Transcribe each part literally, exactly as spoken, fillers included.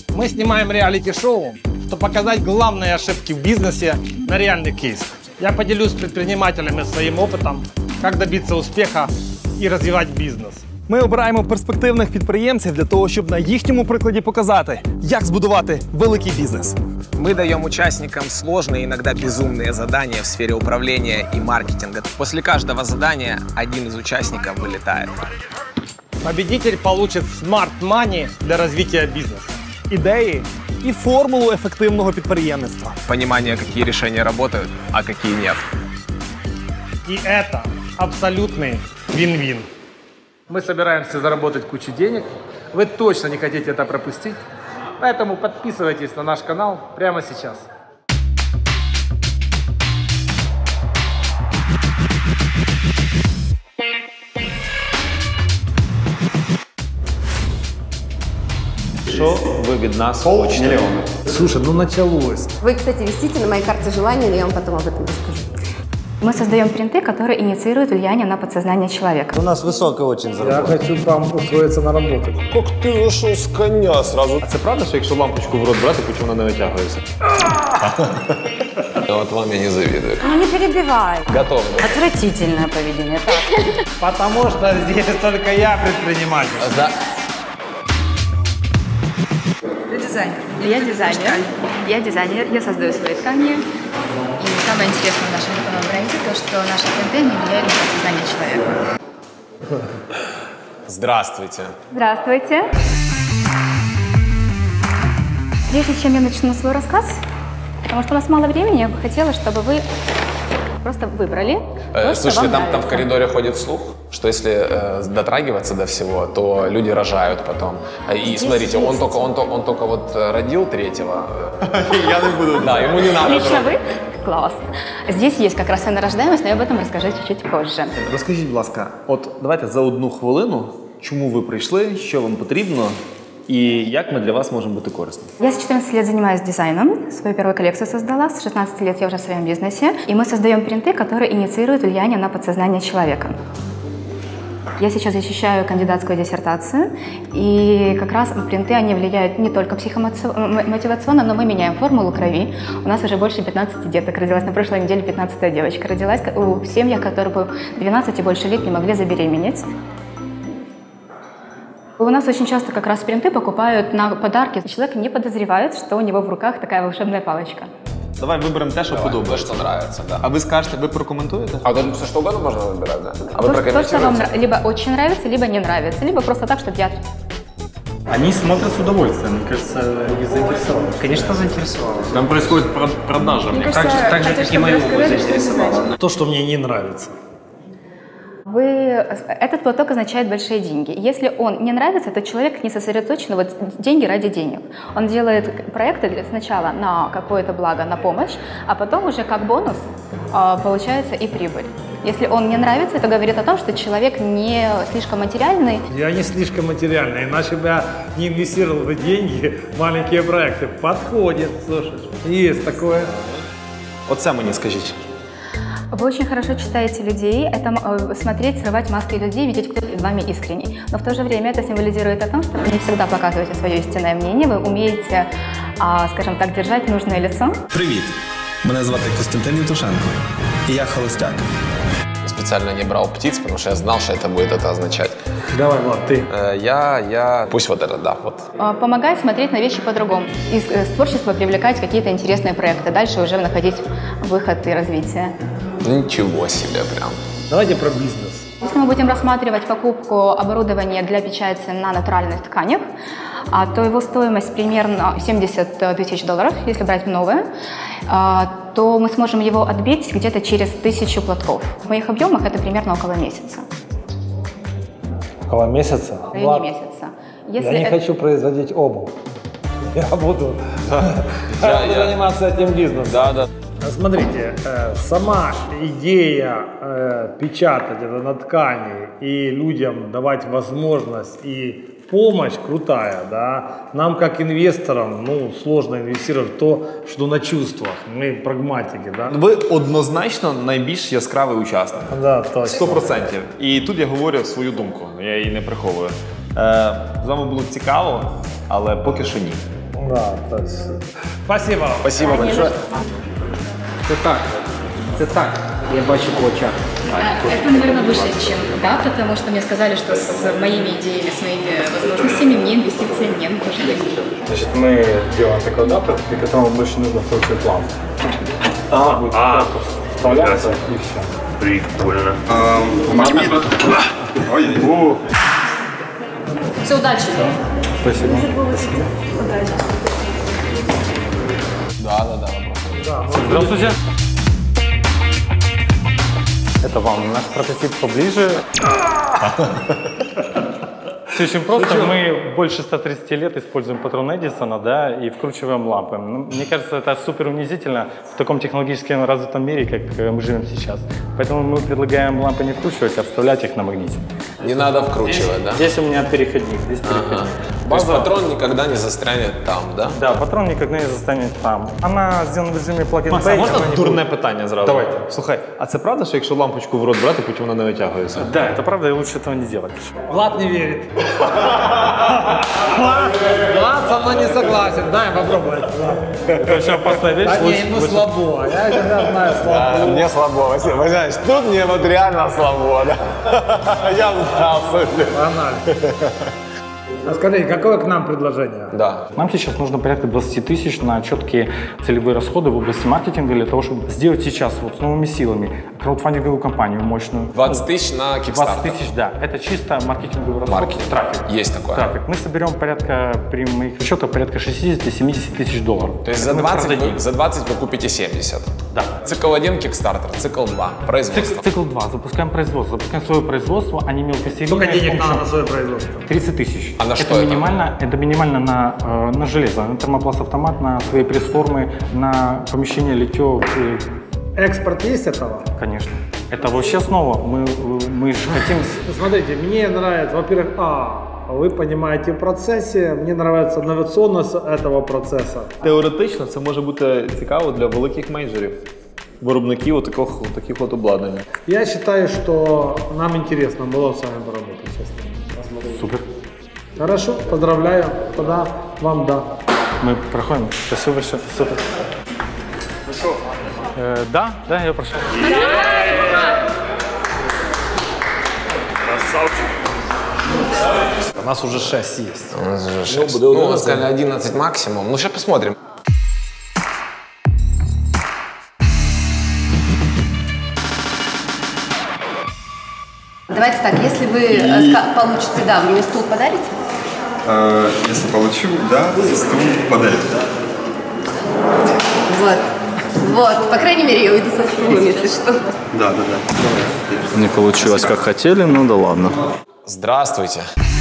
Мы снимаем реалити-шоу, чтобы показать главные ошибки в бизнесе на реальных кейсах. Я поделюсь с предпринимателями своим опытом, как добиться успеха и развивать бизнес. Ми обираємо перспективних підприємців для того, щоб на їхньому прикладі показати, як збудувати великий бізнес. Мы даем участникам сложные, иногда безумные задания в сфере управления и маркетинга. После каждого задания один из участников вылетает. Победитель получит Smart Money для развития бизнеса. Ідеї і формулу ефективного підприємництва. Понимание, какие решения работают, а какие нет. И это абсолютный вин-вин. Мы собираемся заработать кучу денег. Вы точно не хотите это пропустить. Поэтому подписывайтесь на наш канал прямо сейчас. Что вы від нас хочете? Слушай, ну началось. Вы, кстати, висите на моей карте желаний, но я вам потом об этом расскажу. Мы создаем принты, которые инициируют влияние на подсознание человека. У нас высокая очень заработка. Я хочу там устроиться на работу. Как ти вийшов з коня сразу? А це правда, що якщо лампочку в рот брати, потім вона не витягується? Вот вам я не завидую. Ну не перебивай. Готов. Отвратительное поведение. Так. Потому что здесь только я предприниматель. Да. Ты дизайнер. Я дизайнер. Я дизайнер. Я создаю свои ткани. И самое интересное в нашем бренде то, что наши принты не влияют на подсознание человека. Здравствуйте. Здравствуйте. Прежде чем я начну свой рассказ, потому что у нас мало времени, я бы хотела, чтобы вы просто выбрали то, Э, что слушайте, вам там, там в нравится. коридоре ходит слух, что если э, дотрагиваться до всего, то люди рожают потом. А, И Здесь смотрите, он есть. только, он, то- он только вот э, родил третьего. Я не буду. Да, ему не надо. Лично вы? Класс. Здесь есть как раз рождаемость, но я об этом расскажу чуть-чуть позже. Розкажіть, будь ласка, от давайте за одну хвилину, чому ви прийшли, що вам потрібно і як ми для вас можемо бути корисними. Я с четырнадцати лет занимаюсь дизайном, свою первую коллекцию создала, с шестнадцати лет я уже в своем бизнесе, и мы создаем принты, которые инициируют влияние на подсознание человека. Я сейчас защищаю кандидатскую диссертацию, и как раз принты, они влияют не только психомотивационно, но мы меняем формулу крови. У нас уже больше пятнадцати деток родилась, на прошлой неделе пятнадцатая девочка родилась, у семьях, которые по двенадцать и больше лет не могли забеременеть. У нас очень часто как раз принты покупают на подарки. Человек не подозревает, что у него в руках такая волшебная палочка. Давай виберемо те, що Давай, то, подобається. что нравится, да. А ви скажете, ви прокоментуєте? А тут все что угодно можно выбирать, да? А вы То, то, что вам прокомментируете? нра- либо очень нравится, либо не нравится, либо просто так, чтобы я... Они смотрят с удовольствием, мне кажется, они заинтересованы. Конечно, заинтересован. Там происходит прод- продажа, мне Так же, так же, как и мою заинтересовало. То, что мне не нравится. Вы... Этот платок означает большие деньги. Если он не нравится, то человек не сосредоточен, вот деньги ради денег. Он делает проекты для- сначала на какое-то благо, на помощь, а потом уже как бонус а, получается и прибыль. Если он не нравится, это говорит о том, что человек не слишком материальный. Я не слишком материальный, иначе бы я не инвестировал бы деньги в маленькие проекты. Подходит, слушай, есть такое. Оце мені скажіть. Вы очень хорошо читаете людей, это э, смотреть, срывать маски людей, видеть, кто перед вами искренний. Но в то же время это символизирует о том, что вы не всегда показываете свое истинное мнение, вы умеете, а, скажем так, держать нужное лицо. Привіт! Мене звати Костянтин Євтушенко, і я холостяк. Специально не брал птиц, потому что я знал, что это будет это означать. Давай, Влад, ты. Э, Я, я... Пусть вот это, да, вот. А, Помогает смотреть на вещи по-другому. Из э, с творчества привлекать какие-то интересные проекты, дальше уже находить выход и развитие. Ничего себе прям. Давайте про бизнес. Если мы будем рассматривать покупку оборудования для печати на натуральных тканях, а, то его стоимость примерно семьдесят тысяч долларов, если брать новое, а, то мы сможем его отбить где-то через тысячу платков. В моих объемах это примерно около месяца. Около месяца? В районе месяца. Если Я не это- хочу производить обувь. Я буду, Я- я буду я- заниматься этим бизнесом. Да, да. Смотрите, э, сама идея э, печатать это на ткани и людям давать возможность и помощь крутая, да. Нам как инвесторам, ну, сложно инвестировать в то, что на чувствах. Мы прагматики, да. Ви однозначно найбільш яскравий учасник. Да, точно. сто процентів. І тут я говорю свою думку, я її не приховую. Е, з вами було цікаво, але поки що ні. Да, то есть... Спасибо вам. Спасибо большое. Це так, це так, я бачу по очах. Это, наверное, выше, чем да, потому что мне сказали, что с моими идеями, с моими возможностями мне инвестиции не нужны. Значит, мы делаем такой адаптер, при котором больше нужно вкручивать план. А, будет а, просто вставляться и все. прикольно. Ой, Все, удачи. спасибо. Да, да, да, вопрос. Здравствуйте. Это вам наш прототип поближе. Все очень просто. Мы больше ста тридцати лет используем патрон Эдисона, да, и вкручиваем лампы. Ну, мне кажется, это супер унизительно в таком технологически развитом мире, как мы живем сейчас. Поэтому мы предлагаем лампы не вкручивать, а вставлять их на магните. Не надо вкручивать, да? Здесь у меня переходник, здесь Ага. переходник. То есть патрон никогда не застрянет там, да? Да, патрон никогда не застанет там. Она сделана в режиме plug and Макс, а play. можна она не дурне будет- питання зразу? Давайте. Слухай, а це правда, що якщо лампочку в рот брати, потім вона не витягується? Да, это правда, и лучше этого не делать. Влад не верит. Влад со мной не согласен. Дай попробовать. Это очень опасная вещь. Да не, лучше- ему лучше- слабо. Я тебя знаю, слабо. Мне слабо, Василий. Вы знаете, тут мне вот реально слабо, да? Я устал. Погнали. А скажите, какое к нам предложение? Да. Нам сейчас нужно порядка двадцати тысяч на четкие целевые расходы в области маркетинга для того, чтобы сделать сейчас вот с новыми силами краудфандинговую кампанию мощную. двадцать тысяч на двадцать Kickstarter. тысяч, да. Это чисто маркетинговый расход, Маркетинг. трафик. Есть такое. Трафик. Мы соберем порядка, при моих расчетах, порядка шестьдесят-семьдесят тысяч долларов. То есть Это за мы двадцать, продадим. вы, за двадцать вы купите семьдесят. Да. Цикл один Kickstarter, цикл два производство. Цикл, цикл два. Запускаем производство. Запускаем свое производство, а не мелкосерийное. Сколько денег с помощью- надо на свое производство? тридцать тысяч. А на это что это? минимально, это минимально на, э, на железо, на термопласт-автомат, на свои пресс-формы, на помещение литье, э, Экспорт есть этого? конечно. Это вообще основа. Мы, э, мы же хотим... Ну, смотрите, мне нравится, во-первых, а, вы понимаете в процессе, мне нравится инновационность этого процесса. Теоретично це може бути цікаво для великих мейджорів, виробників таких, таких от обладнань. Я считаю, что нам интересно было с вами поработать, честно. Супер. Хорошо, поздравляю, тогда вам да. Мы проходим. Спасибо большое. Супер. Э, да, да, я прошел. У нас уже шесть есть. У нас уже шесть. Ну, мы сказали одиннадцать максимум. Ну, сейчас посмотрим. Давайте так, если вы э, ска- получите, да, вы мне стул подарите? Э, Если получу, да, стул подарю. Вот. Вот, по крайней мере, я уйду со стулом, если что. Да, да, да. Не получилось, как хотели, ну да ладно. Здравствуйте.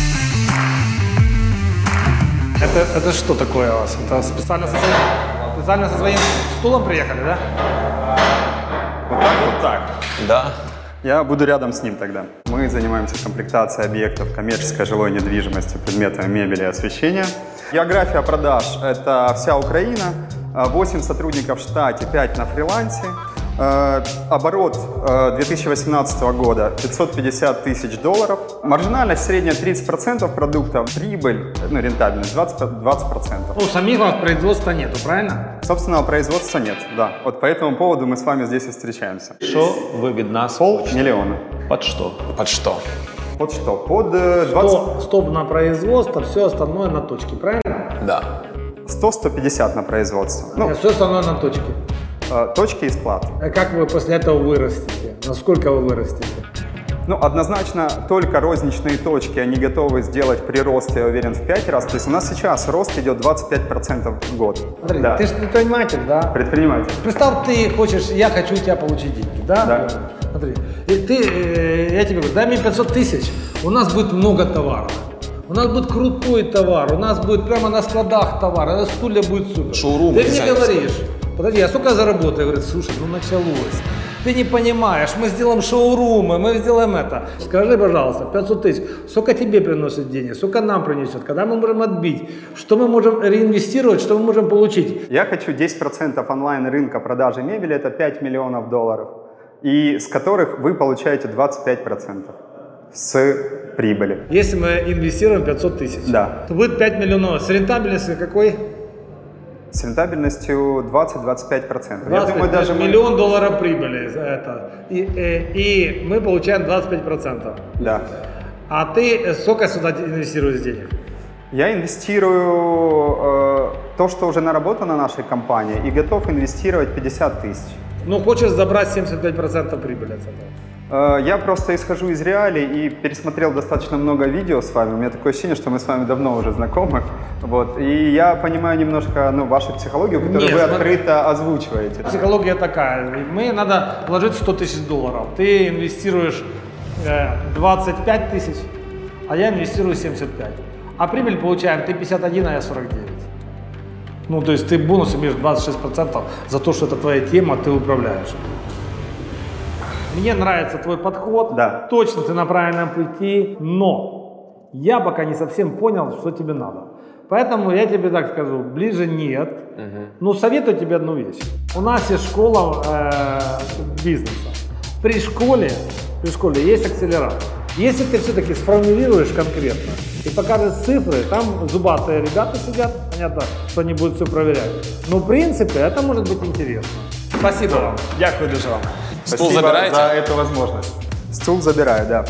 Это, это что такое у вас? Это специально со своим, специально со своим стулом приехали, да? Вот так, вот так. Да. Я буду рядом с ним тогда. Мы занимаемся комплектацией объектов коммерческой жилой недвижимости, предметами мебели и освещения. География продаж – это вся Украина, восемь сотрудников в штате, пять на фрилансе. Э, Оборот э, две тысячи восемнадцатого года пятьсот пятьдесят тысяч долларов. Маржинальность средняя тридцать процентов продуктов, прибыль, ну, рентабельность двадцать процентов. Ну, самих у вас производства нету, правильно? Собственного производства нет, да. Вот по этому поводу мы с вами здесь и встречаемся. Що ви від нас Полмиллиона. Под що? Под что? Под что? Под э, двадцать... Сто- стоп на производство, все остальное на точке, правильно? Да. сто - сто пятьдесят на производство. Ну, Все остальное на точке. э, точки и склад. А как вы после этого вырастете? Насколько вы вырастете? Ну, однозначно, только розничные точки, они готовы сделать прирост, я уверен, в пять раз. То есть у нас сейчас рост идет двадцать пять процентов в год. Смотри, Да. ты же предприниматель, да? Предприниматель. Представь, ты хочешь, я хочу у тебя получить деньги, да? Да. Смотри, и ты, э, я тебе говорю, дай мне пятьсот тысяч, у нас будет много товаров. У нас будет крутой товар, у нас будет прямо на складах товар, а стулья будет супер. Шоурум Ты мне дизайнерский. говоришь, подожди, а сколько я заработаю? Я говорю, слушай, ну началось. Ты не понимаешь, мы сделаем шоурумы, мы сделаем это. Скажи, пожалуйста, пятьсот тысяч, сколько тебе приносит денег, сколько нам принесет, когда мы можем отбить, что мы можем реинвестировать, что мы можем получить? Я хочу десять процентов онлайн-рынка продажи мебели, это пять миллионов долларов, и с которых вы получаете двадцать пять процентов с прибыли. Если мы инвестируем пятьсот тысяч, Да. то будет пять миллионов. С рентабельностью какой? с рентабельностью двадцать-двадцать пять процентов. Я думаю, даже миллион долларов прибыли за это. И, и, и мы получаем двадцать пять процентов. Да. А ты сколько сюда инвестируешь денег? Я инвестирую э, то, что уже наработано нашей компании, и готов инвестировать пятьдесят тысяч. Ну, хочешь забрать семьдесят пять процентов прибыли от этого? Э, я просто исхожу из реалий и пересмотрел достаточно много видео с вами. У меня такое ощущение, что мы с вами давно уже знакомы. Вот. И я понимаю немножко ну, вашу психологию, которую Нет, вы смотри. открыто озвучиваете. Психология такая. Мы надо вложить сто тысяч долларов. Ты инвестируешь э, двадцать пять тысяч, а я инвестирую семьдесят пять. А прибыль получаем ты пятьдесят один, а я сорок девять. Ну, то есть ты бонус имеешь двадцать шесть процентов за то, что это твоя тема, ты управляешь. Мне нравится твой подход. Да. Точно ты на правильном пути, но я пока не совсем понял, что тебе надо. Поэтому я тебе так скажу, ближе нет. Угу. Но советую тебе одну вещь. У нас есть школа э, бизнеса. При школе, при школе есть акселератор. Если ты все-таки сформулируешь конкретно и покажешь цифры, там зубатые ребята сидят, понятно, что они будут все проверять. Но в принципе это может быть интересно. Спасибо вам. Дякую дуже вам. Стул Спасибо забираете? за эту возможность. Стул забираю, да.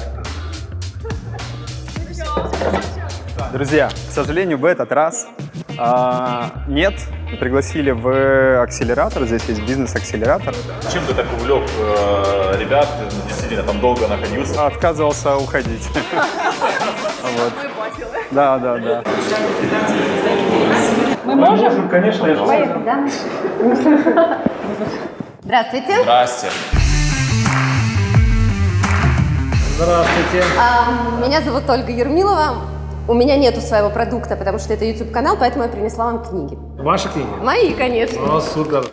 Друзья, к сожалению, в этот раз а, нет. Пригласили в акселератор, здесь есть бизнес-акселератор. Чем ты так увлек э, ребят, действительно там долго находился? Отказывался уходить. Да, да, да. Мы можем? Конечно, я же Поехали, да? Здравствуйте. Здрасте. Здравствуйте. А, Меня зовут Ольга Ермилова. У меня нету своего продукта, потому что это YouTube-канал, поэтому я принесла вам книги. Ваши книги? Мои, конечно. О, супер.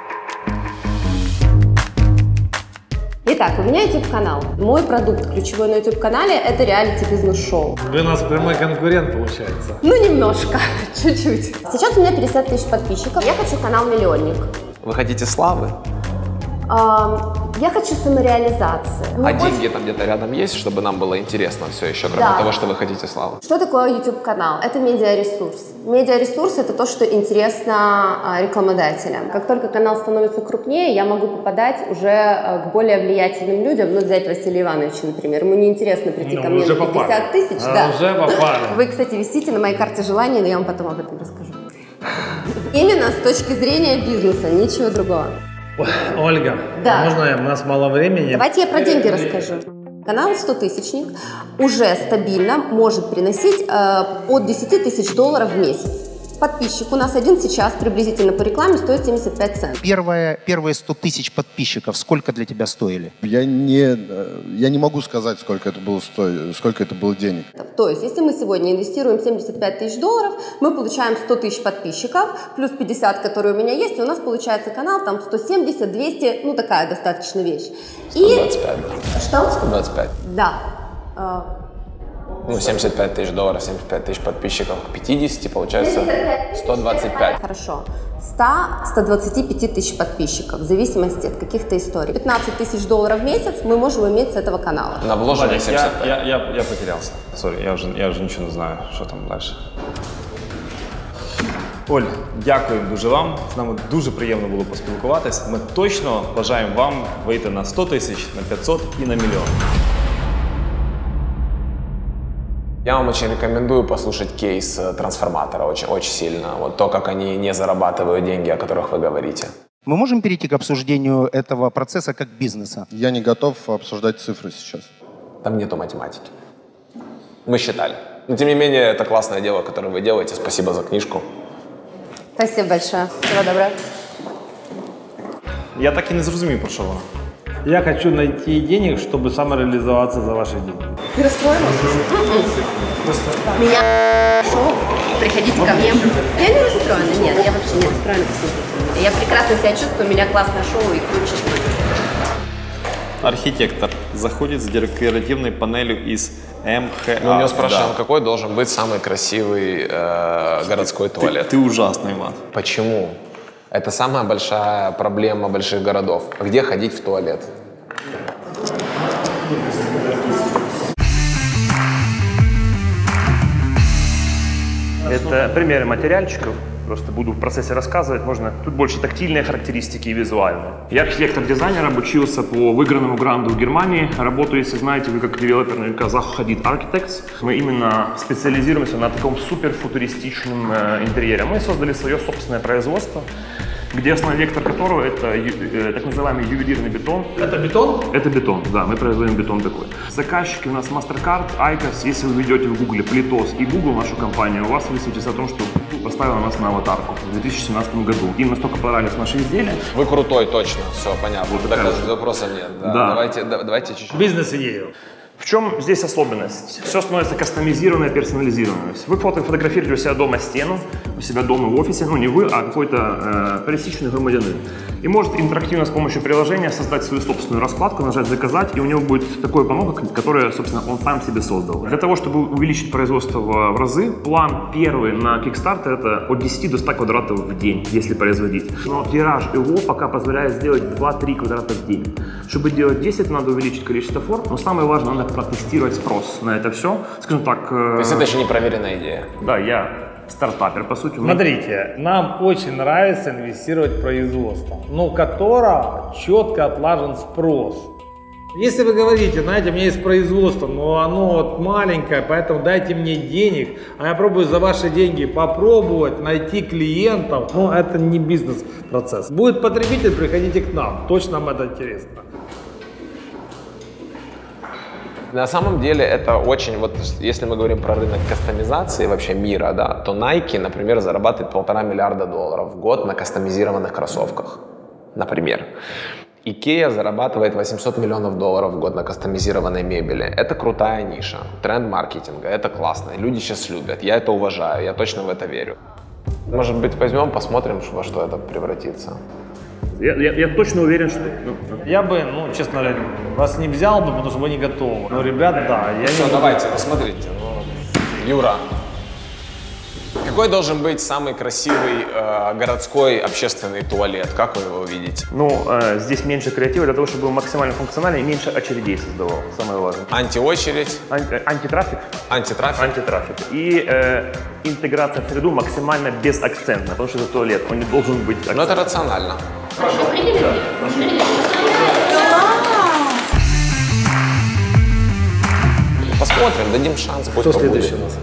Итак, у меня YouTube-канал. Мой продукт ключевой на YouTube-канале – это реалити-бизнес-шоу. Вы у нас прямой конкурент, получается. Ну, немножко, чуть-чуть. Сейчас у меня пятьдесят тысяч подписчиков. Я хочу канал-миллионник. Вы хотите славы? А, Я хочу самореализации. А Мы деньги там где-то рядом есть, чтобы нам было интересно все еще, кроме Да. того, что вы хотите славы? Что такое YouTube-канал? Это медиаресурс. Медиаресурс – это то, что интересно а, рекламодателям. Как только канал становится крупнее, я могу попадать уже а, к более влиятельным людям. Ну, взять Василия Ивановича, например. Ему неинтересно прийти Ну, ко мне уже на пятьдесят тысяч. А, Да. уже попали. Вы, кстати, висите на моей карте желаний, но я вам потом об этом расскажу. Именно с точки зрения бизнеса, ничего другого. Ольга, Да. можно я? У нас мало времени. Давайте я про деньги расскажу. Канал «стотысячник» уже стабильно может приносить э, от десяти тысяч долларов в месяц. Подписчик у нас один сейчас приблизительно по рекламе стоит семьдесят пять центов. Первое, первые сто тысяч подписчиков сколько для тебя стоили? Я не, я не могу сказать, сколько это было, сто... сколько это было денег. То есть, если мы сегодня инвестируем семьдесят пять тысяч долларов, мы получаем сто тысяч подписчиков, плюс пятьдесят, которые у меня есть, и у нас получается канал там сто семьдесят, двести, ну такая достаточно вещь. сто двадцать пять. И... Что? сто двадцать пять. Да. Э, Ну, семьдесят пять тысяч долларов, семьдесят пять тысяч подписчиков к пятидесяти, получается сто двадцать пять. Хорошо. сто - сто двадцать пять тысяч подписчиков, в зависимости от каких-то историй. пятнадцать тысяч долларов в месяц мы можем иметь с этого канала. На вложение семьдесят пять. Я, я, я, я потерялся. Сори, я вже, я вже нічого не знаю, що там далі. Оль, дякую дуже вам. З нами дуже приємно було поспілкуватись. Ми точно бажаємо вам вийти на сто тисяч, на п'ятсот і на мільйон. Я вам очень рекомендую послушать кейс трансформатора очень, очень сильно. Вот то, как они не зарабатывают деньги, о которых вы говорите. Мы можем перейти к обсуждению этого процесса как бизнеса? Я не готов обсуждать цифры сейчас. Там нету математики. Мы считали. Но тем не менее, это классное дело, которое вы делаете. Спасибо за книжку. Спасибо большое. Всего доброго. Я так і не зрозумів, про що вона. Я хочу найти денег, чтобы самореализоваться за ваши деньги. Ты расстроилась? Меня шоу, приходите ко мне. Я не расстроена, нет, я вообще не расстроена, посмотрите. Я прекрасно себя чувствую, у меня классное шоу и круче. Архитектор заходит с декоративной панелью из эм ха. Мы у него спрашиваем, да. Какой должен быть самый красивый э, городской туалет. Ты, ты ужасный, Иван. Почему? Это самая большая проблема больших городов. Где ходить в туалет? Это примеры материальчиков. просто буду в процессе рассказывать, можно, тут больше тактильные характеристики и визуальные. Я архитектор-дизайнер, обучился по выигранному гранту в Германии, работаю, если знаете, вы как девелопер, наверняка Zachodit Architects. Мы именно специализируемся на таком суперфутуристичном э, интерьере. Мы создали свое собственное производство, где основной вектор которого это э, так называемый ювелирный бетон. Это бетон? Это бетон, да, мы производим бетон такой. Заказчики у нас MasterCard, Айкос. Если вы введете в Google Плитос и Google, нашу компанию, у вас высветится о том, что Google поставила нас на аватарку в две тысячи семнадцатом году. Им настолько понравились наши изделия. Вы крутой, точно, все понятно. Доказывать вопросов нет. Да. Да. Давайте, да, давайте чуть-чуть. Бизнес-идею. В чем здесь особенность? Все становится кастомизированно, персонализированно. Вы фото фотографируете у себя дома стену, у себя дома в офисе, ну не вы, а какой-то э, пересечный громадянин. И может интерактивно с помощью приложения создать свою собственную раскладку, нажать «Заказать», и у него будет такое панно, которое, собственно, он сам себе создал. Для того, чтобы увеличить производство в, в разы, план первый на Kickstarter — это от десяти до ста квадратов в день, если производить. Но тираж его пока позволяет сделать два-три квадрата в день. Чтобы делать десять, надо увеличить количество форм, но самое важное, надо протестировать спрос на это все. Скажем так... То есть это еще не проверенная идея? Да, я стартапер, по сути. Смотрите, нам очень нравится инвестировать в производство, но у которого четко отлажен спрос. Если вы говорите, знаете, у меня есть производство, но оно вот маленькое, поэтому дайте мне денег, а я пробую за ваши деньги попробовать найти клиентов, но это не бизнес-процесс. Будет потребитель, приходите к нам, точно нам это интересно. На самом деле это очень, вот если мы говорим про рынок кастомизации вообще мира, да, то Nike, например, зарабатывает полтора миллиарда долларов в год на кастомизированных кроссовках, например. Икея зарабатывает восемьсот миллионов долларов в год на кастомизированной мебели. Это крутая ниша, тренд маркетинга, это классно, люди сейчас любят, я это уважаю, я точно в это верю. Может быть, возьмем, посмотрим, во что это превратится. Я, я, я точно уверен, что... Я бы, ну, честно говоря, вас не взял бы, потому что вы не готовы. Но, ребят, да. Я Все, не... давайте, ну, смотрите. Ну, Юра, какой должен быть самый красивый э, городской общественный туалет? Как вы его видите? Ну, э, здесь меньше креатива для того, чтобы был максимально функциональный и меньше очередей создавал. Самое важное. Антиочередь? Ан антитрафик. Антитрафик. Антитрафик. И э, интеграция в среду максимально безакцентна, потому что это туалет, он не должен быть акцентным. Ну, это рационально. Хорошо. Да. Посмотрим, дадим шанс. Что следующее у нас?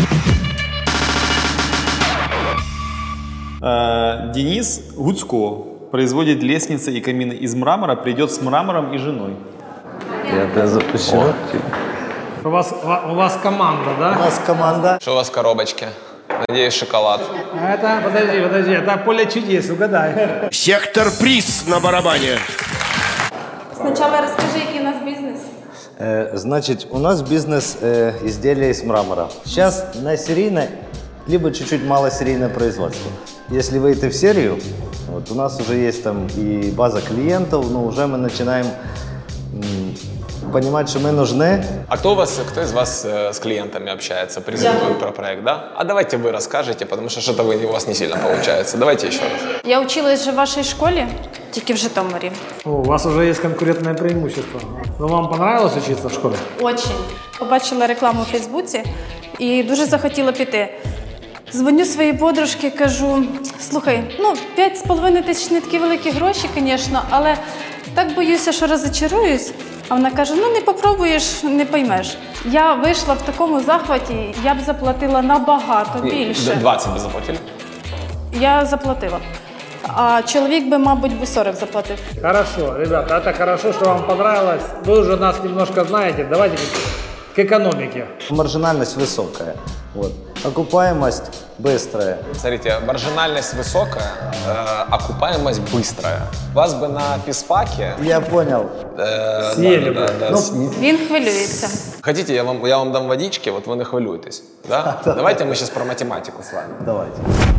Денис Гуцко производит лестницы и камины из мрамора, придет с мрамором и женой. Я это запущу. У вас, у вас команда, да? У нас команда. Что у вас в коробочке? Надеюсь, шоколад. Это, подожди, подожди, это поле чудес, угадай. Сектор приз на барабане. Сначала расскажи, який у нас бізнес. Э, значит, у нас бизнес э, изделия из мрамора. Сейчас на серийное, либо чуть-чуть малосерийное производство. Если выйти в серию, вот у нас уже есть там и база клиентов, но уже мы начинаем м, понимать, что мы нужны. А кто у вас, кто из вас э, с клиентами общается, презентует про проект, да? А давайте вы расскажете, потому что что-то вы, у вас не сильно получается. Давайте еще раз. Я училась же в вашій школі, тільки в Житомирі. О, у вас уже есть конкурентное преимущество. Но вам понравилось учиться в школе? Очень. Побачила рекламу у Фейсбуці і дуже захотіла піти. Дзвоню своїй подружці, кажу, слухай, ну, п'ять з половиною тисяч не такі великі гроші, звісно, але так боюся, що розочаруюсь. А вона каже, ну не попробуєш, не поймеш. Я вийшла в такому захваті, я б заплатила набагато більше. двадцять би заплатили? Я заплатила. А чоловік би, мабуть, би сорок заплатив. Хорошо, ребята, это хорошо, что вам понравилось. Вы уже нас немножко знаете. Давайте к экономике. Маржинальность высокая. Вот. Окупаемость быстрая. Смотрите, маржинальность высокая, э, окупаемость быстрая. Вас бы на физфаке... Я понял. Э, Съели да, бы. да, да, Ну, с... він хвилюється. Хотите, я вам, я вам дам водички, вот вы не хвилюетесь. Да? Давайте мы сейчас про математику с вами. Давайте.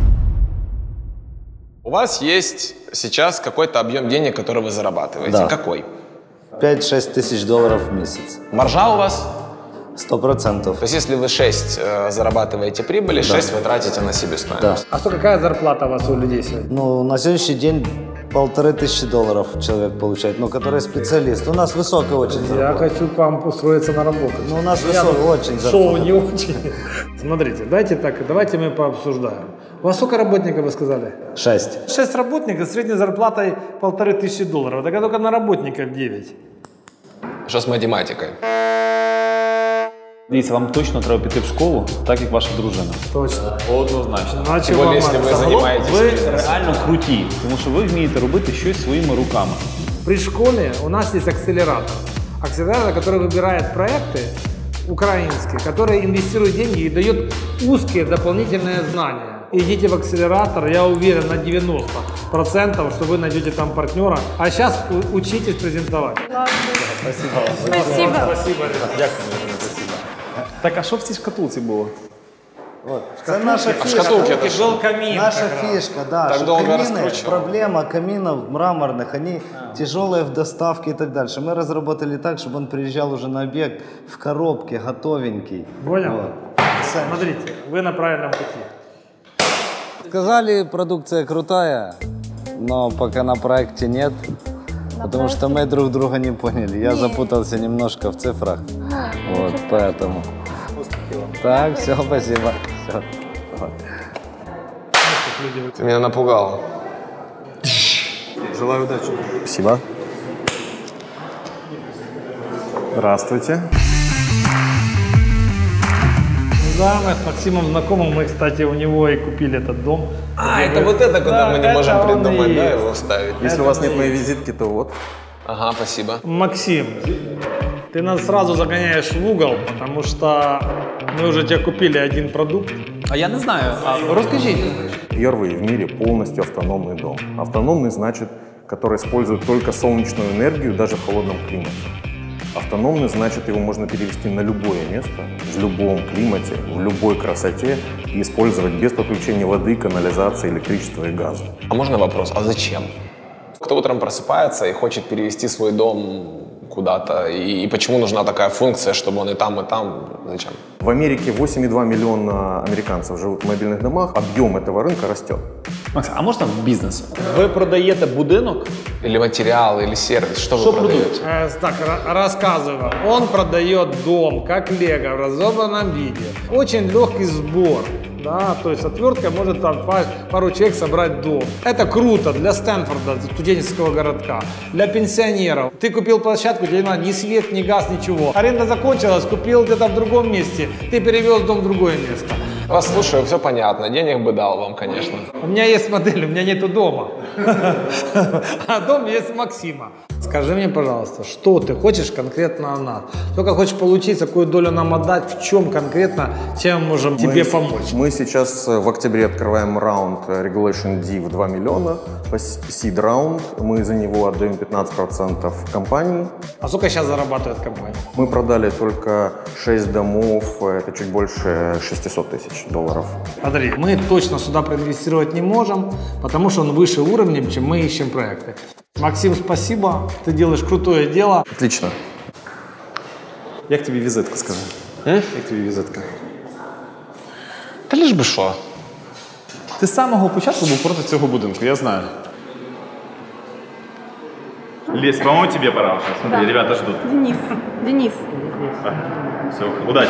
У вас есть сейчас какой-то объем денег, который вы зарабатываете. Да. Какой? пять-шесть тысяч долларов в месяц. Маржа у вас? Сто процентов. То есть если вы шесть э, зарабатываете прибыли, шесть вы тратите на себестоимость. А что, какая зарплата у вас у людей сегодня? Ну, на сегодняшний день полторы тысячи долларов человек получает, ну, который специалист. У нас высокая очень зарплата. Я хочу к вам устроиться на работу. Ну, у нас Я высокая очень зарплата. Шоу не очень. Смотрите, давайте так, давайте мы пообсуждаем. У вас сколько работников, вы сказали? Шесть. Шесть работников с средней зарплатой полторы тысячи долларов. Так только на работников девять. Что с математикой? Дивіться, вам точно треба піти в школу, так як ваша дружина. Точно. Однозначно. Значить, Тем более, если вы Загалом занимаетесь ви бизнесом. реально круті, тому що ви вмієте робити щось своїми руками. При школе у нас есть акселератор. Акселератор, который выбирает проекты украинские, который инвестирует деньги и дает узкие дополнительные знания. Идите в акселератор, я уверен на девяносто процентов, что вы найдете там партнера. А сейчас учитесь презентовать. Спасибо. Спасибо. Спасибо, ребята. Дякую. Спасибо. Так, а що в цій шкатулці було? Вот. Это наша А в фишка. шкатулке это что? Был камин. Наша как раз. фишка, да. Так что долго камины, раскручивал. проблема каминов мраморных, они тяжелые в доставке и так дальше. Мы разработали так, чтобы он приезжал уже на объект в коробке, готовенький. Понял? Вот. Смотрите, вы на правильном пути. Сказали, продукция крутая, но пока на проекте нет. Потому что мы друг друга не поняли. Я запутался немножко в цифрах. Вот, поэтому. Так, все, спасибо. Все. Вот. Ты меня напугал. Желаю удачи. Спасибо. Здравствуйте. Да, мы с Максимом знакомы. Мы, кстати, у него и купили этот дом. А, это вот это, куда Да, мы не это можем он придумать, и да, есть. его ставить? Если у вас нет моей визитки, то вот. Ага, спасибо. Максим, ты нас сразу загоняешь в угол, потому что мы уже тебе купили один продукт. А я не знаю, а розкажіть. Первый в мире полностью автономный дом. Автономный значит, который использует только солнечную энергию даже в холодном климате. Автономный значит, его можно перевести на любое место, в любом климате, в любой красоте и использовать без подключения воды, канализации, электричества и газа. А можно вопрос, а зачем? Кто утром просыпается и хочет перевести свой дом куда-то, и, и почему нужна такая функция, чтобы он и там, и там, зачем? В Америке восемь и два миллиона американцев живут в мобильных домах, объем этого рынка растет. Макс, а можна в бізнес? Ви продаєте будинок? Или материал, или сервис, что, Что вы продаете? Э, Так, ра- рассказываю. Он продает дом, как лего, в разобранном виде. Очень легкий сбор. Да, то есть отвертка может там па- пару человек собрать дом. Это круто для Стэнфорда, студенческого городка, для пенсионеров. Ты купил площадку, тебе не надо ни свет, ни газ, ничего. Аренда закончилась, купил где-то в другом месте, ты перевез дом в другое место. Вас слушаю, все понятно, денег бы дал вам, конечно. У меня есть модель, у меня нету дома. А дом есть у Максима. Скажи мне, пожалуйста, что ты хочешь конкретно от нас? Только хочешь получить, какую долю нам отдать, в чем конкретно, чем мы можем тебе Мы- помочь? Мы сейчас в октябре открываем раунд Regulation D в два миллиона, Seed раунд, мы за него отдаем пятнадцать процентов компании. А сколько сейчас зарабатывает компания? Мы продали только шесть домов, это чуть больше шестьсот тысяч долларов. Смотри, мы точно сюда проинвестировать не можем, потому что он выше уровнем, чем мы ищем проекты. Максим, спасибо, ты делаешь крутое дело. Отлично. Як тобі візитка, скажи? Як тобі візитка? Та лиш би що. Ти з самого початку був проти цього будинку, я знаю. Лиз, по-моему, тебе пора уже. Смотри, Да. ребята ждут. Денис. Денис. Все, удачи.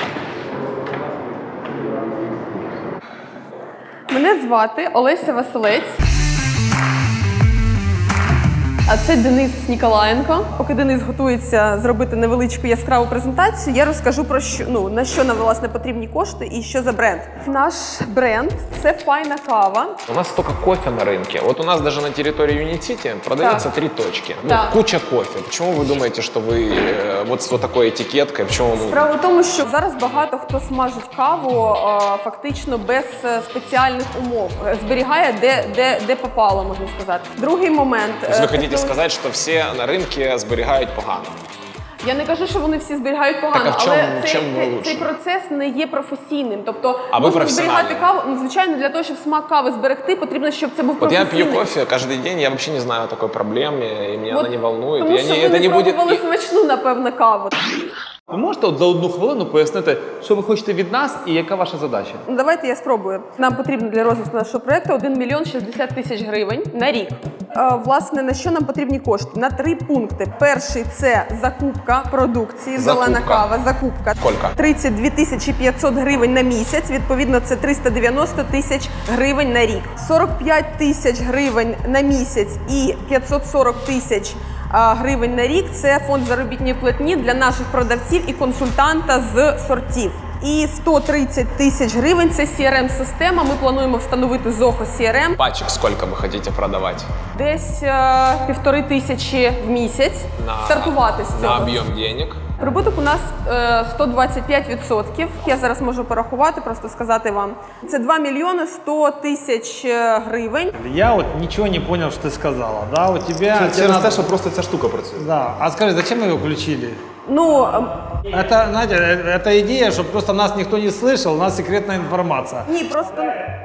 Мене звати Олеся Василець. А це Денис Ніколаєнко. Поки Денис готується зробити невеличку яскраву презентацію, я розкажу про що, ну, на що нам, власне, потрібні кошти і що за бренд. Наш бренд – це файна кава. У нас столько кофе на рынке. Вот у нас даже на территории Unity продается Так. три точки. Ну, Так. куча кофе. Почему вы думаете, что вы э, вот с вот такой этикеткой? Почему вы... Справа в тому, що зараз багато хто смажить каву е, фактично без е, спеціальних умов. Е, Зберігає де, де, де попало, можна сказати. Другий момент. То есть е, вы хотите технолог- сказать, что все на рынке зберігають погано? Я не кажу, що вони всі зберігають погано, Так, а в чому- але цей, чим цей, лучше? цей процес не є професійним. Тобто А ви можна професіональний? зберігати каву, ну, звичайно, для того, щоб смак кави зберегти, потрібно, щоб це був Вот я професійний. пью кофе каждый день, я вообще не знаю о такой проблеме, и меня Вот она не волнует. Тому И що они- ви это не не будет... пробували и- смачну, напевно, каву. Ви можете от за одну хвилину пояснити, що ви хочете від нас і яка ваша задача? Ну, давайте я спробую. Нам потрібно для розвитку нашого проєкту один мільйон шістдесят тисяч гривень на рік. Е, власне, на що нам потрібні кошти? На три пункти. Перший – це закупка продукції, Закупка. зелена кава, закупка. Сколько? тридцять дві тисячі п'ятсот гривень на місяць, відповідно, це триста дев'яносто тисяч гривень на рік. сорок п'ять тисяч гривень на місяць і п'ятсот сорок тисяч гривень на рік – це фонд заробітної платні для наших продавців і консультанта з сортів. І сто тридцять тисяч гривень – це сі ар ем-система. Ми плануємо встановити Zoho сі ар ем. Пачек сколько вы хотите продавать? Десь е, півтори тисячі в місяць. На, стартувати з цього. На объем денег? Прибуток у нас е, сто двадцять п'ять відсотків. Я зараз можу порахувати, просто сказати вам. Це два мільйони сто тисяч гривень. Я вот ничего не понял, что ты сказала. Да, у тебя... Через тебе те, надо- що просто ця штука працює. Да. А скажи, зачем мы ее включили? Ну, Это, знаете, э, это идея, чтобы просто нас никто не слышал, у нас секретная информация. ні, просто...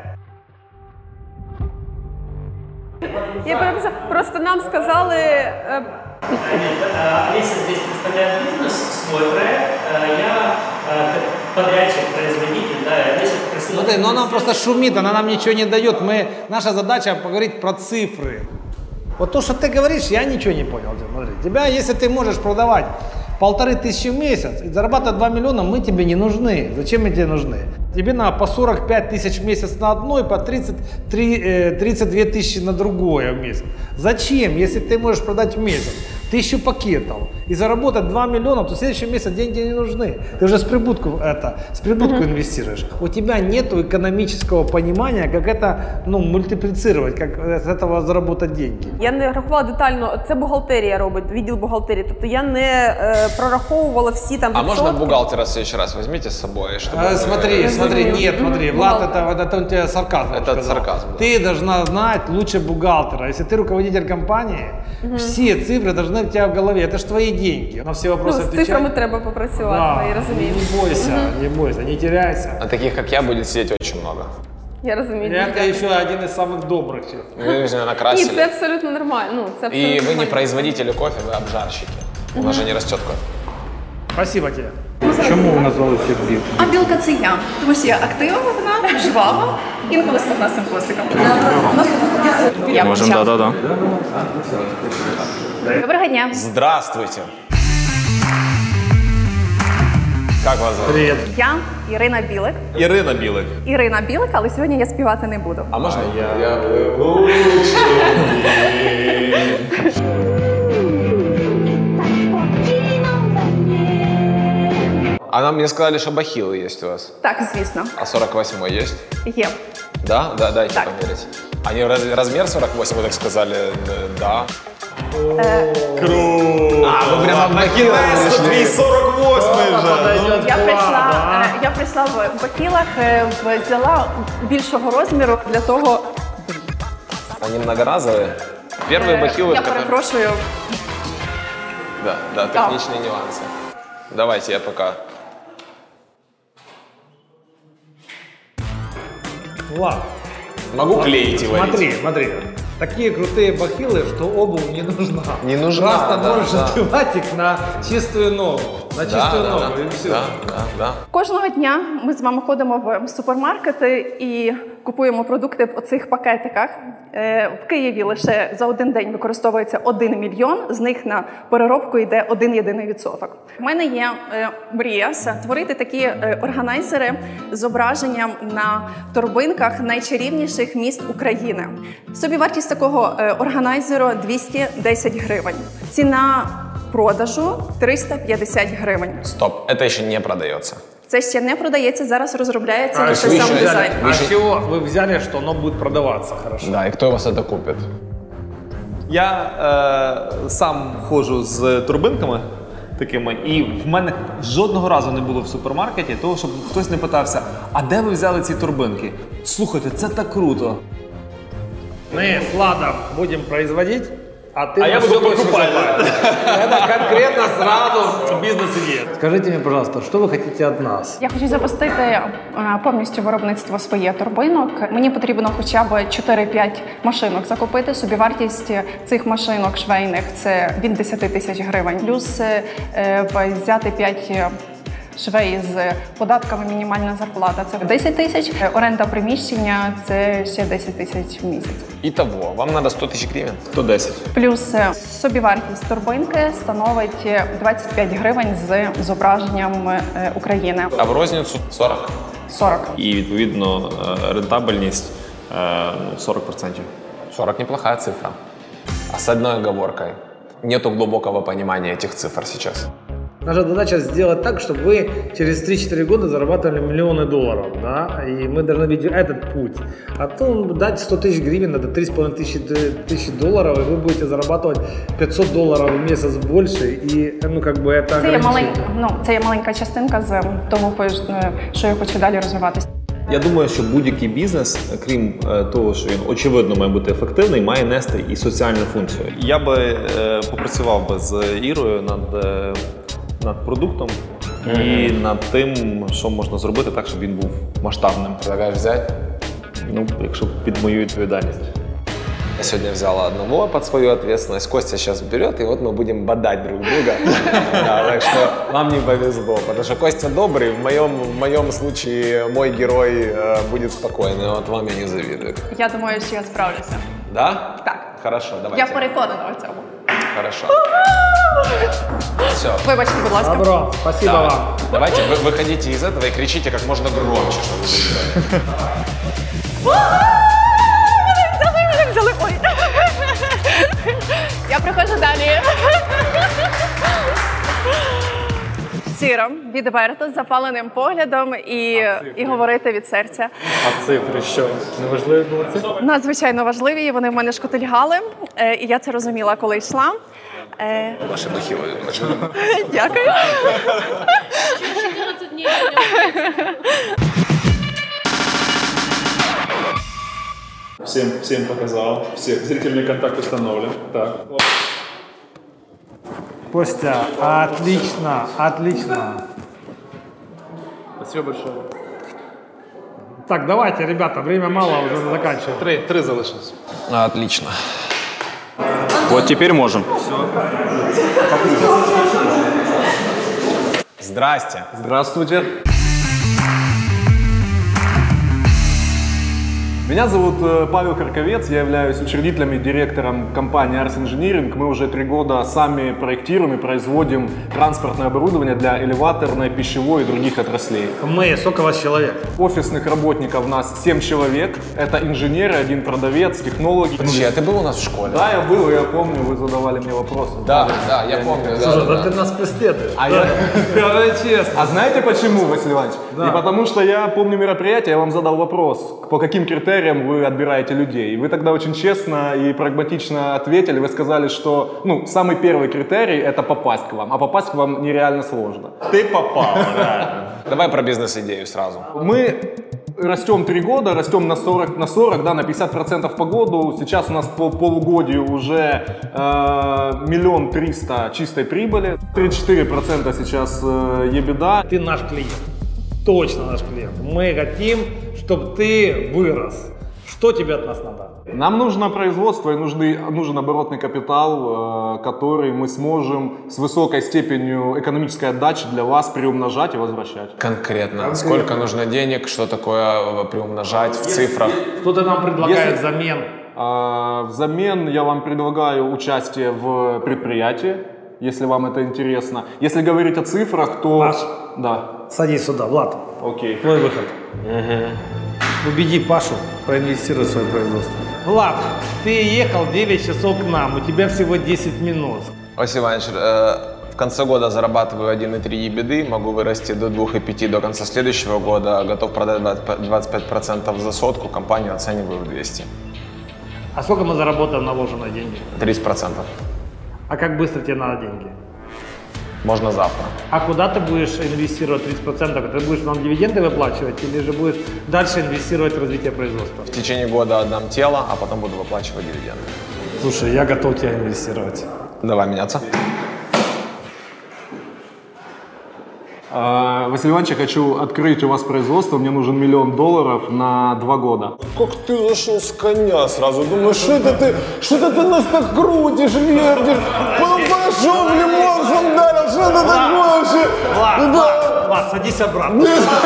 Я перепрошую, просто нам сказали... е, Олеся здесь представляет бизнес, свой проект. Я подрядчик, производитель, да, Олеся просила... Смотри, но она просто шумит, она нам ничего не дает. Мы, наша задача поговорить про цифры. Вот то, что ты говоришь, я ничего не понял. Смотри, тебя, если ты можешь продавать полторы тысячи в месяц и зарабатывать два миллиона, мы тебе не нужны. Зачем мы тебе нужны? Тебе надо по сорок пять тысяч в месяц на одно и по тридцать три, э, тридцать две тысячи на другое в месяц. Зачем, если ты можешь продать в месяц тысячу пакетов и заработать два миллиона, то в следующем месяце деньги не нужны. Ты уже с прибутку, это, с прибутку mm-hmm. инвестируешь. У тебя нет экономического понимания, как это ну, мультиплицировать, как с этого заработать деньги. Я не рахувала детально, це бухгалтерія робить, відділ бухгалтерії. Тобто я не е, прораховувала всі там А відсотки. можно бухгалтера в следующий раз возьмите с собой? Чтобы... А, смотри, смотри, нет, смотри, Влад, это, это, это у тебя сарказм. Это сказал. сарказм, да. Ты должна знать лучше бухгалтера. Если ты руководитель компании, Мгм. все цифры должны у тебя в голове. Это же твои деньги. На все Ну, вопросы з отвечать. цифрами треба попрацювати, Да, я розумію. не бойся, Мгм. не бойся, не теряйся. А таких, как я, будет сидеть очень много. Я розумію. Я это еще один из самых добрых. честно. Вы меня Ні, накрасили. це абсолютно нормально. Ну, це абсолютно И вы не нормально. производители кофе, вы обжарщики. У нас же не растет кофе. Спасибо тебе. Чому ви назвали всіх білками? А білка це я, тому що я активна, вона жвава, інколи з пухнастим хвостиком. Я Можемо, почав. да-да-да. Доброго дня. Здравствуйте. Как вас зовут? Привет. Я Ірина Білик. Ирина Билык. Ірина Білик, але сьогодні я співати не буду. А можно я? А нам мне сказали, что бахилы есть у вас. Так, звісно, А сорок восьмой есть? є. Да? Да, дайте померить. Они раз- размер сорок восемь, вы так сказали, э, да. Круто! А, вы прямо бахилы пришли. сорок восьмий вже. Я прийшла, е, я прийшла в бахілах, е, в- взяла більшого розміру для того. Они многоразовые. Первые е, бахилы, Я которые- перепрошую. Да, да, техничные нюансы. Давайте я пока. Влад, Могу клеить и варить? смотри, смотри. Такие крутые бахилы, что обувь не нужна. Не нужна, Просто да, можешь да. одевать их на чистую ногу. На Да, чистую да, ногу да, и все. да, да, да. Кожного дня ми з вами ходимо в супермаркети і купуємо продукти в оцих пакетиках. Е, В Києві лише за один день використовується один мільйон, з них на переробку йде один єдиний відсоток. У мене є е, мрія створити такі е, органайзери з зображенням на торбинках найчарівніших міст України. Собівартість такого е, органайзеру двісті десять гривень. Ціна продажу триста п'ятдесят гривень. Стоп, это еще не продается. Це ще не продається, зараз розробляється А, лише вы сам еще дизайн. взяли- а с чего вы взяли, что оно будет продаваться хорошо? Да, и кто у вас это купит? Я е, сам ходжу з турбинками такими, і в мене жодного разу не було в супермаркеті того, щоб хтось не питався, а де ви взяли ці турбинки? Слухайте, це так круто. Мы с Владом будем производить А, ты а я буду покупать. Это конкретно сразу бізнес-ідея. Скажіть мені, пожалуйста, що ви хочете від нас? Я хочу запустити е, повністю виробництво своє турбинок. Мені потрібно хоча б чотири-п'ять машинок закупити. Собівартість цих машинок швейних – це від десяти тисяч гривень. Плюс е, взяти п'ять швей з податками мінімальна зарплата – це десять тисяч. Оренда приміщення – це ще десять тисяч в місяць. Итого, вам надо сто тысяч гривен? сто десять. Плюс собівартість турбинки становить двадцять п'ять гривень з зображенням України. А в розницю сорок? сорок. І, відповідно, рентабельність сорок процентов. сорок неплохая цифра. А с одной оговоркой. Нету глубокого понимания этих цифр сейчас. Наша задача сделать так, чтобы вы через три-четыре года зарабатывали миллионы долларов, да, и мы должны видеть этот путь. А то дать сто тысяч гривен, это три с половиной тысячи долларов, и вы будете зарабатывать пятьсот долларов в месяц больше, и, ну, как бы это... Це є, малень... ну, це є маленька частинка з того, що я хочу далі розвиватися. Я думаю, що будь-який бізнес, крім того, що він очевидно має бути ефективний, має нести і соціальну функцію. Я би е, попрацював би з Ірою над, е, над продуктом mm-hmm. і над тим, що можна зробити так, щоб він був масштабним. Предлагаєш взяти? Ну, якщо під мою відповідальність. Я сегодня взял одного под свою ответственность, Костя сейчас берет, и вот мы будем бодать друг друга. Так что вам не повезло, потому что Костя добрый, в моем, в моем случае мой герой будет спокойный, а вот вам я не завидую. Я думаю, що я справлюся. Да? Так. Хорошо, давайте. Я переконана в цьому. Хорошо. Все. Вибачте, будь ласка. Добро, спасибо да. вам. Давайте вы выходите из этого и кричите как можно громче, чтобы вы Взяли, ой. Я приходжу далі. Щиро, відверто, з запаленим поглядом і, і говорити від серця. А цифри що? Не важливі були цифри? Надзвичайно важливі, вони в мене шкотильгали, і я це розуміла, коли йшла. Ваши духи очень. Дякую. Всем, всем показал, всех, зрительный контакт установлен. Так. Костя, отлично, отлично. Спасибо большое. Так, давайте, ребята, время мало, уже заканчиваем. Три, три залишилось. Отлично. Вот теперь можем. Здрасте. Здравствуйте. Меня зовут Павел Харковец, я являюсь учредителем и директором компании Ars Engineering. Мы уже три года сами проектируем и производим транспортное оборудование для элеваторной, пищевой и других отраслей. Мы, сколько у вас человек? Офисных работников у нас семь человек. Это инженеры, один продавец, технологи. Подожди, а ты был у нас в школе? Да, я был, я помню, вы задавали мне вопросы. Да, да, я, я помню. Да, Слушай, да, да, да. ты нас преследуешь. А я, честно. А знаете почему, Василий Иванович? Да. Не потому что я помню мероприятие, я вам задал вопрос, по каким критериям вы отбираете людей. И вы тогда очень честно и прагматично ответили. Вы сказали, что ну, самый первый критерий – это попасть к вам. А попасть к вам нереально сложно. Ты попал, реально. Давай про бизнес-идею сразу. Мы растем три года, растем на сорок, на сорок, да, на пятьдесят процентов по году. Сейчас у нас по полугодию уже э, миллион триста чистой прибыли. тридцать четыре процента сейчас э, ебеда. Ты наш клиент. Точно наш клиент. Мы хотим, чтобы ты вырос. Что тебе от нас надо? Нам нужно производство и нужны, нужен оборотный капитал, э, который мы сможем с высокой степенью экономической отдачи для вас приумножать и возвращать. Конкретно. Конкретно. Сколько нужно денег, что такое приумножать в цифрах? Что ты нам предлагаешь Если, взамен? Э, взамен я вам предлагаю участие в предприятии, если вам это интересно. Если говорить о цифрах, то... Паш, да. Садись сюда, Влад. Окей. Твой выход. Угу. Убеди Пашу проинвестировать в свое производство. Влад, ты ехал девять часов к нам, у тебя всего десять минут. Василий Иванович, э, в конце года зарабатываю один и три ебеды, могу вырасти до двух и пяти до конца следующего года, готов продать двадцать пять процентов за сотку, компанию оцениваю в двести. А сколько мы заработаем на вложенные деньги? тридцать процентов. А как быстро тебе надо деньги? Можно завтра. А куда ты будешь инвестировать тридцать процентов? Ты будешь нам дивиденды выплачивать или же будешь дальше инвестировать в развитие производства? В течение года отдам тело, а потом буду выплачивать дивиденды. Слушай, я готов тебя инвестировать. Давай меняться. А, Василий Иванович, я хочу открыть у вас производство. Мне нужен миллион долларов на два года. Как ты зашел с коня сразу? Думаю, что это ты, что это ты нас так крутишь, вертишь? Пошел в лимон сандалил, что это такое вообще? Влад, Влад, Влад, садись обратно.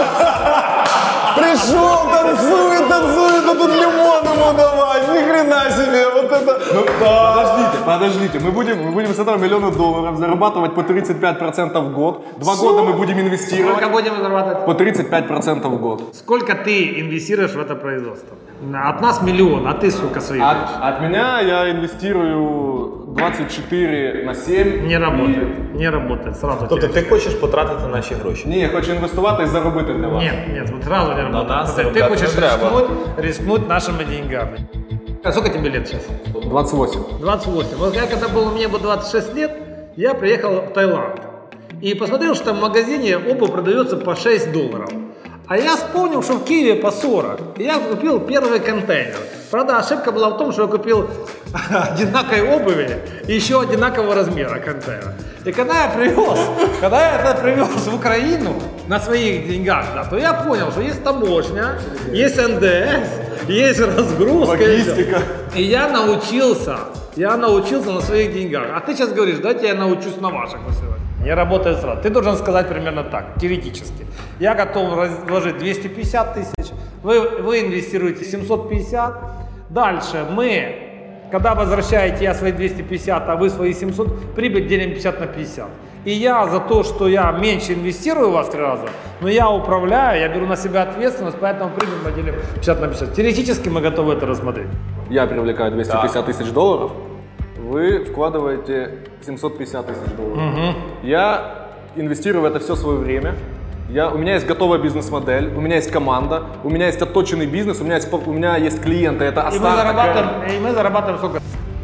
Пришел, танцует, танцует, а тут лимон ему давай, ни хрена себе, вот это. Ну, подождите, подождите, мы будем, мы будем с этого миллиона долларов зарабатывать по тридцать пять процентов в год. Два года мы будем инвестировать. Сколько будем зарабатывать? По тридцать пять процентов в год. Сколько ты инвестируешь в это производство? От нас миллион, а ты, сука, свои. От, от меня я инвестирую двадцять чотири на сім. Не работает, не работает, сразу. Тобто ти хочеш потратити наші гроші? Ні, я хочу інвестувати і заробити для вас. Нет, нет, вот сразу не работает. нас Ты заробляти хочешь не треба. рискнуть, рискнуть нашими деньгами. А сколько тебе лет сейчас? двадцать восемь. двадцать восемь. Вот я когда был, мне было двадцать шесть лет, я приехал в Таиланд. И посмотрел, что там в магазине обувь продается по шесть долларов. А я вспомнил, что в Киеве по сорок. И я купил первый контейнер. Правда, ошибка была в том, что я купил одинаковой обуви и еще одинакового размера контейнера. И когда я привез, когда я это привез в Украину на своих деньгах, да, то я понял, что есть таможня, есть эн дэ эс, есть разгрузка. Логистика. И я научился, я научился на своих деньгах. А ты сейчас говоришь, дайте я научусь на ваших, Василий. Я работаю сразу. Ты должен сказать примерно так, теоретически. Я готов вложить двести пятьдесят тысяч, вы, вы инвестируете семьсот пятьдесят. Дальше мы, когда возвращаете я свои двести пятьдесят, а вы свои семьсот, прибыль делим пятьдесят на пятьдесят. И я за то, что я меньше инвестирую у вас в три раза, но я управляю, я беру на себя ответственность, поэтому прибыль мы делим пятьдесят на пятьдесят. Теоретически мы готовы это рассмотреть. Я привлекаю двести пятьдесят тысяч долларов, вы вкладываете семьсот пятьдесят тысяч долларов. Угу. Я инвестирую в это все свое время. Я, у меня есть готовая бизнес-модель, у меня есть команда, у меня есть отточенный бизнес, у меня есть, у меня есть клиенты. Это и, мы зарабатываем, и мы зарабатываем сколько?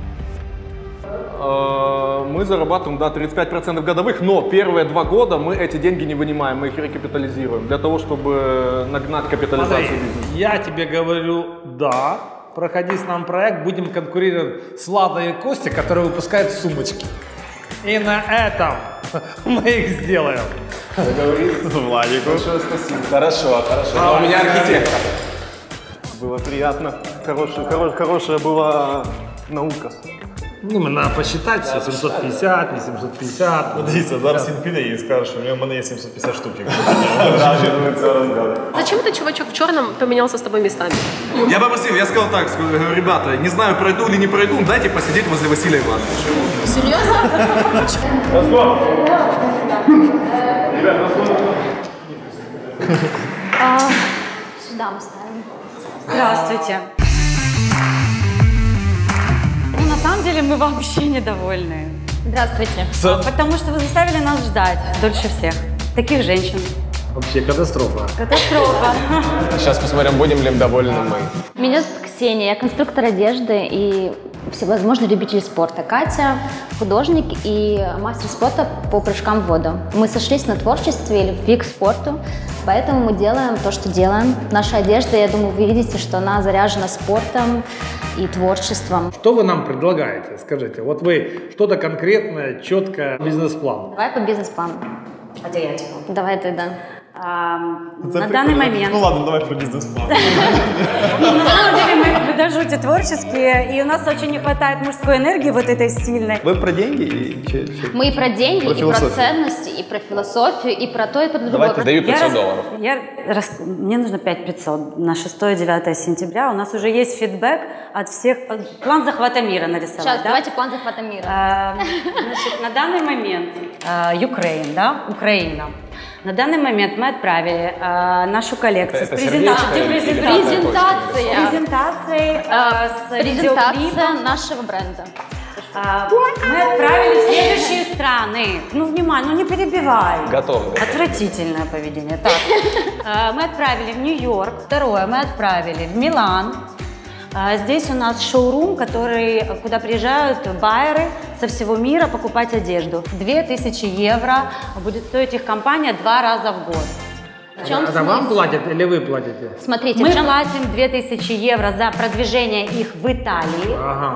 Мы зарабатываем, да, тридцать пять процентов годовых, но первые два года мы эти деньги не вынимаем, мы их рекапитализируем для того, чтобы нагнать капитализацию Смотри, бизнеса. Я тебе говорю, да, проходи с нами проект, будем конкурировать с Ладой и Костей, которые выпускают сумочки. И на этом мы их сделаем. Договорились? Владику. Большое спасибо. Хорошо, хорошо. А, Но у меня архитектор. Было приятно. Хорошая, хорошая, хорошая была наука. Ну, мы надо посчитать все, семьсот пятьдесят, не семьсот пятьдесят. Ну, дивіться, зараз він піде і скаже, що в мене є сімсот п'ятдесят штук. Зачем ты, чувачок в черном, поменялся с тобой местами? Я попросил, я сказал так, сказал, ребята, не знаю, пройду или не пройду, дайте посидеть возле Василия Ивановича. Серьезно? Сюда мы ставим. Здравствуйте. Ну, на самом деле мы вообще недовольны. Здравствуйте. А, потому что вы заставили нас ждать дольше всех. Таких женщин. Вообще катастрофа. Катастрофа. Сейчас посмотрим, будем ли довольны мы. Меня зовут Ксения, я конструктор одежды и всевозможный любитель спорта. Катя – художник и мастер спорта по прыжкам в воду. Мы сошлись на творчестве и любви к спорту, поэтому мы делаем то, что делаем. Наша одежда, я думаю, вы видите, что она заряжена спортом и творчеством. Что вы нам предлагаете? Скажите, вот вы что-то конкретное, четкое, бизнес-план. Давай по бизнес-плану. Это я типа. Давай ты, да. А, на данный момент. Ну ладно, давай про бизнес-план. На самом деле мы, мы до жути творческие, и у нас очень не хватает мужской энергии вот этой сильной. Вы про деньги? И че, че? Мы и про деньги, Про и про философию. ценности, и про философию, и про то, и про другое. Давайте, даю пятьсот Я рас- долларов. Я рас- Мне нужно пять тысяч пятьсот на шестое-девятое сентября. У нас уже есть фидбэк от всех. План захвата мира нарисовать. Сейчас, да? давайте план захвата мира. А, значит, на данный момент а, Ukraine, да, Украина. На данный момент мы отправили а, нашу коллекцию Это с презентацией. сердечко или Презентация. С презентацией, а, с Презентация видеоклипом. нашего бренда. А, мы отправили в следующие страны. Ну, внимание, ну не перебивай. Готовы. готовы. Отвратительное поведение. Так, а, мы отправили в Нью-Йорк. Второе, мы отправили в Милан. А, Здесь у нас шоурум, который, куда приезжают байеры со всего мира покупать одежду. Две тысячи евро будет стоить их компания два раза в год. В чем Это вам смысл? платят или вы платите? Смотрите, Мы в чем... платим две тысячи евро за продвижение их в Италии. Ага.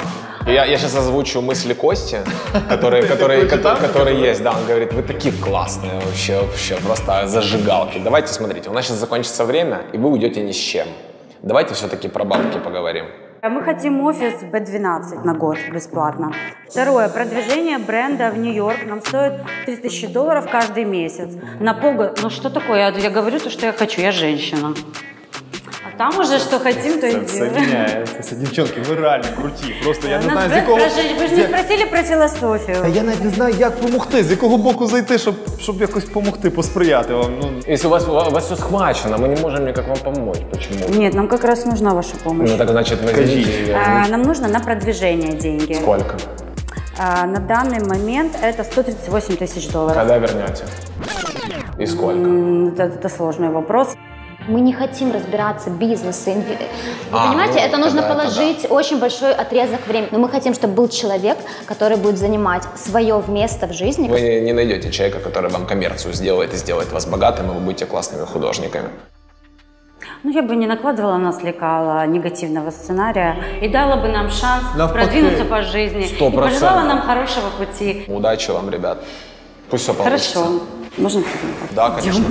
Я, я сейчас озвучу мысли Кости, которые, которые, которые, которые есть. Да, он говорит, вы такие классные вообще, вообще, просто зажигалки. Давайте, смотрите, у нас сейчас закончится время, и вы уйдете ни с чем. Давайте все-таки про бабки поговорим. Мы хотим офис бэ двенадцать на год бесплатно. Второе. Продвижение бренда в Нью-Йорк нам стоит три тысячи долларов каждый месяц. На полгода. Ну что такое? Я, я говорю то, что я хочу. Я женщина. А там уже что хотим, то и делаем. Соединяється. Дівчонки, ви реально круті. Просто я не знаю, з Нас якого... бренд про- Ви ж не спросили про філософію. Та я навіть не знаю, як допомогти, з якого боку зайти, щоб, щоб якось допомогти, посприяти вам. Ну, Если у вас, у вас все схвачено, мы не можем никак вам помочь. Почему? Нет, нам как раз нужна ваша помощь. Ну так значит, возьмите ее. А, Нам нужно на продвижение деньги. Сколько? А, На данный момент это сто тридцать восемь тысяч долларов. Когда вернете? И сколько? М, Это, это сложный вопрос. Мы не хотим разбираться в бизнесе. Вы А, понимаете, ну, это нужно тогда это положить очень большой отрезок времени. Но мы хотим, чтобы был человек, который будет занимать свое место в жизни. Вы не найдете человека, который вам коммерцию сделает и сделает вас богатым, и вы будете классными художниками. Ну, я бы не накладывала на нас лекала негативного сценария и дала бы нам шанс Навпаки. продвинуться по жизни. Сто И пожелала процентов. нам хорошего пути. Удачи вам, ребят. Пусть все получится. Хорошо. Можно? Да, конечно.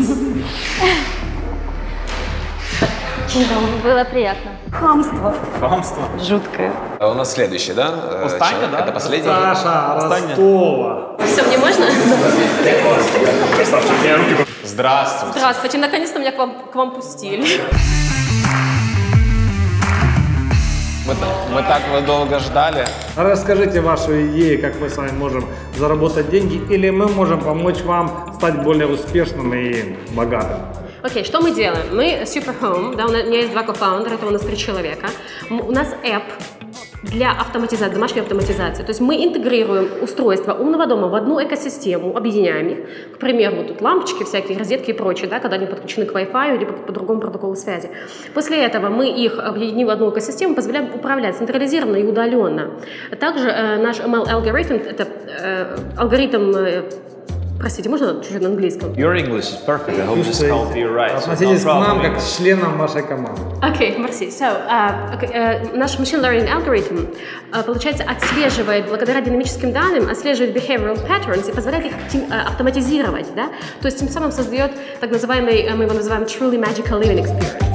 Было приятно. Хамство. Хамство. Жуткое. А у нас следующий, да? э, Останнє, человек? да? Это последний? Саша Останнє. Ростова. Все, мне можно? Здравствуйте. Здравствуйте, наконец-то меня к вам, к вам пустили. Мы, мы так вы долго ждали. Расскажите вашу идею, как мы с вами можем заработать деньги, или мы можем помочь вам стать более успешным и богатым. Окей, что мы делаем? Мы Super Home, да, у меня есть два кофаундера, это у нас три человека. М- У нас app для автоматизации, домашней автоматизации. То есть мы интегрируем устройства умного дома в одну экосистему, объединяем их. К примеру, вот тут лампочки, всякие розетки и прочее, да, когда они подключены к Wi-Fi или по, по другому протоколу связи. После этого мы их объединив в одну экосистему, позволяем управлять централизированно и удаленно. Также э, наш эм эл-алгоритм, это э, алгоритм... Э, Простите, можно чуть-чуть на английском? Your English is perfect. I hope this can't be right. Относитесь к нам как к членам вашей команды. Окей, merci. So, uh, okay, uh, наш machine learning algorithm, uh, получается, отслеживает, благодаря динамическим данным, отслеживает behavioral patterns и позволяет их uh, автоматизировать, да? То есть тем самым создает так называемый, uh, мы его называем truly magical living experience.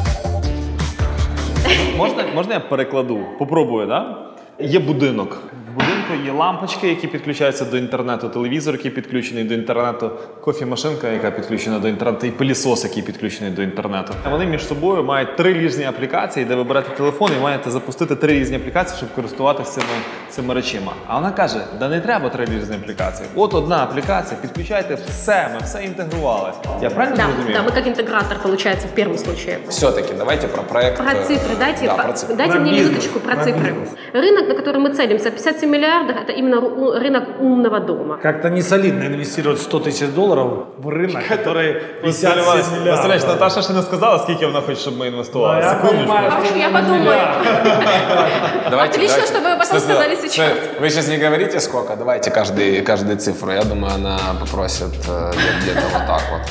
Можна, можна я перекладу? Попробую, да? Є будинок. В будинку є лампочки, які підключаються до інтернету, телевізор, який підключений до інтернету, кофемашинка, яка підключена до інтернету, і пилісос, який підключений до інтернету. Вони між собою мають три різні аплікації, де ви берете телефон і маєте запустити три різні аплікації, щоб користуватися цими, цими речима. А вона каже, да не треба три різні аплікації. От одна аплікація, підключайте все, ми все інтегрували. Я правильно Да, зрозумів? да, мы как интегратор, получается, в первом случае. Все-таки давайте про проект. Про цифры, дайте, Да, по- про цифры. дайте Про мне бизнес. минуточку про Про цифры. бизнес. Рынок, на который мы целимся, пятьдесят семь миллиардов, это именно ру- рынок умного дома. Как-то не солидно инвестировать сто тысяч долларов в рынок, который пятьдесят семь Василь миллиардов. Васильович, Наташа ще не сказала, скільки вона хоче, щоб ми інвестували. Ну, я Секундочку. понимаю, Хорошо, я подумаю. Давайте, Отлично, давайте. что вы потом Стой, стой, сказали стой. сейчас. Вы сейчас не говорите сколько, давайте каждый, каждую цифру. Я думаю, она попросит э, где- где-то вот так вот.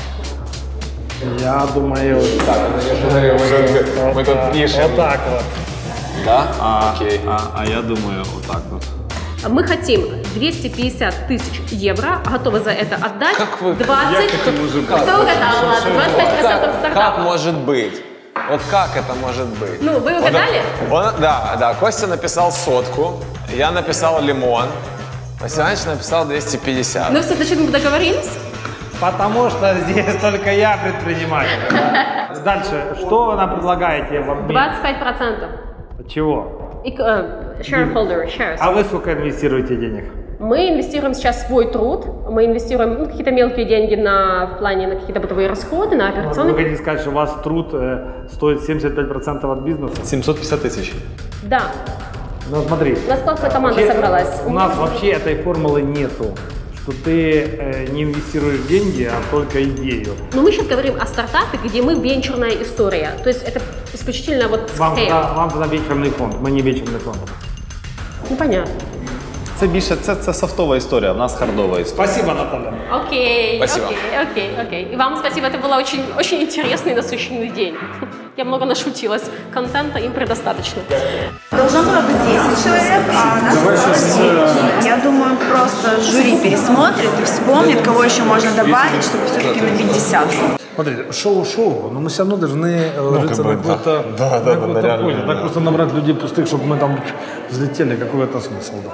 Я думаю, Так, мы, тут- мы тут пишем. вот так вот. Да? А, Окей. а, а я думаю, отак от. Мы хотим двести пятьдесят тысяч евро, готовы за это отдать Как вы- двадцать... Як це може Кто бути? угадал? Ладно, двадцать пять процентов Как стартапа. может быть? Вот как это может быть? Ну, вы угадали? Он, он- да, да. Костя написал сотку, я написал лимон, Василий Иванович написал двести пятьдесят. Ну все, значит, мы договорились? Потому что здесь только я предприниматель. да. Дальше, что вы нам предлагаете в обмен? двадцать пять процентов. Чего? И, э, shareholder, shares. А вы сколько инвестируете денег? Мы инвестируем сейчас свой труд, мы инвестируем ну, какие-то мелкие деньги на, в плане на какие-то бытовые расходы, на Вы операционные. хотите сказать, что у вас труд э, стоит семьдесят пять процентов от бизнеса? сімсот п'ятдесят тисяч. Да, Ну смотри. у нас классная команда Вообще, собралась. У нас вообще этой формулы нету, что ты э, не инвестируешь деньги, а только идею. Но мы сейчас говорим о стартапе, где мы венчурная история. То есть это исключительно вот Вам scale. туда, вам туда венчурный фонд, мы не венчурный фонд. Ну понятно. Це більше це, це софтова історія, в нас хардова історія. Спасибо, Наталья. Окей, Спасибо. окей, окей, окей. И вам спасибо, это был очень, очень интересный и насыщенный день. Я много нашутилась. Контента им предостаточно. Должно было быть десять человек, а у нас Давай сейчас, э, Я думаю, просто жюри пересмотрит и вспомнит, кого еще можно добавить, чтобы все-таки набить десятку. Смотрите, шоу-шоу, но мы все равно должны ложиться как бы, на какой-то да. Да, да, на да, какой-то реально, позе. да. Так просто набрать людей пустых, чтобы мы там взлетели, какой это смысл, да?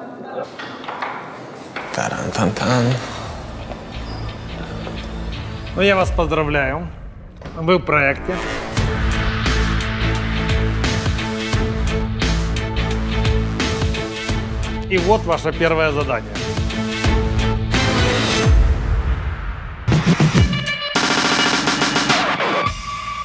Таран-тан-тан. Ну, я вас поздравляю. Вы в проекте. И вот ваше первое задание.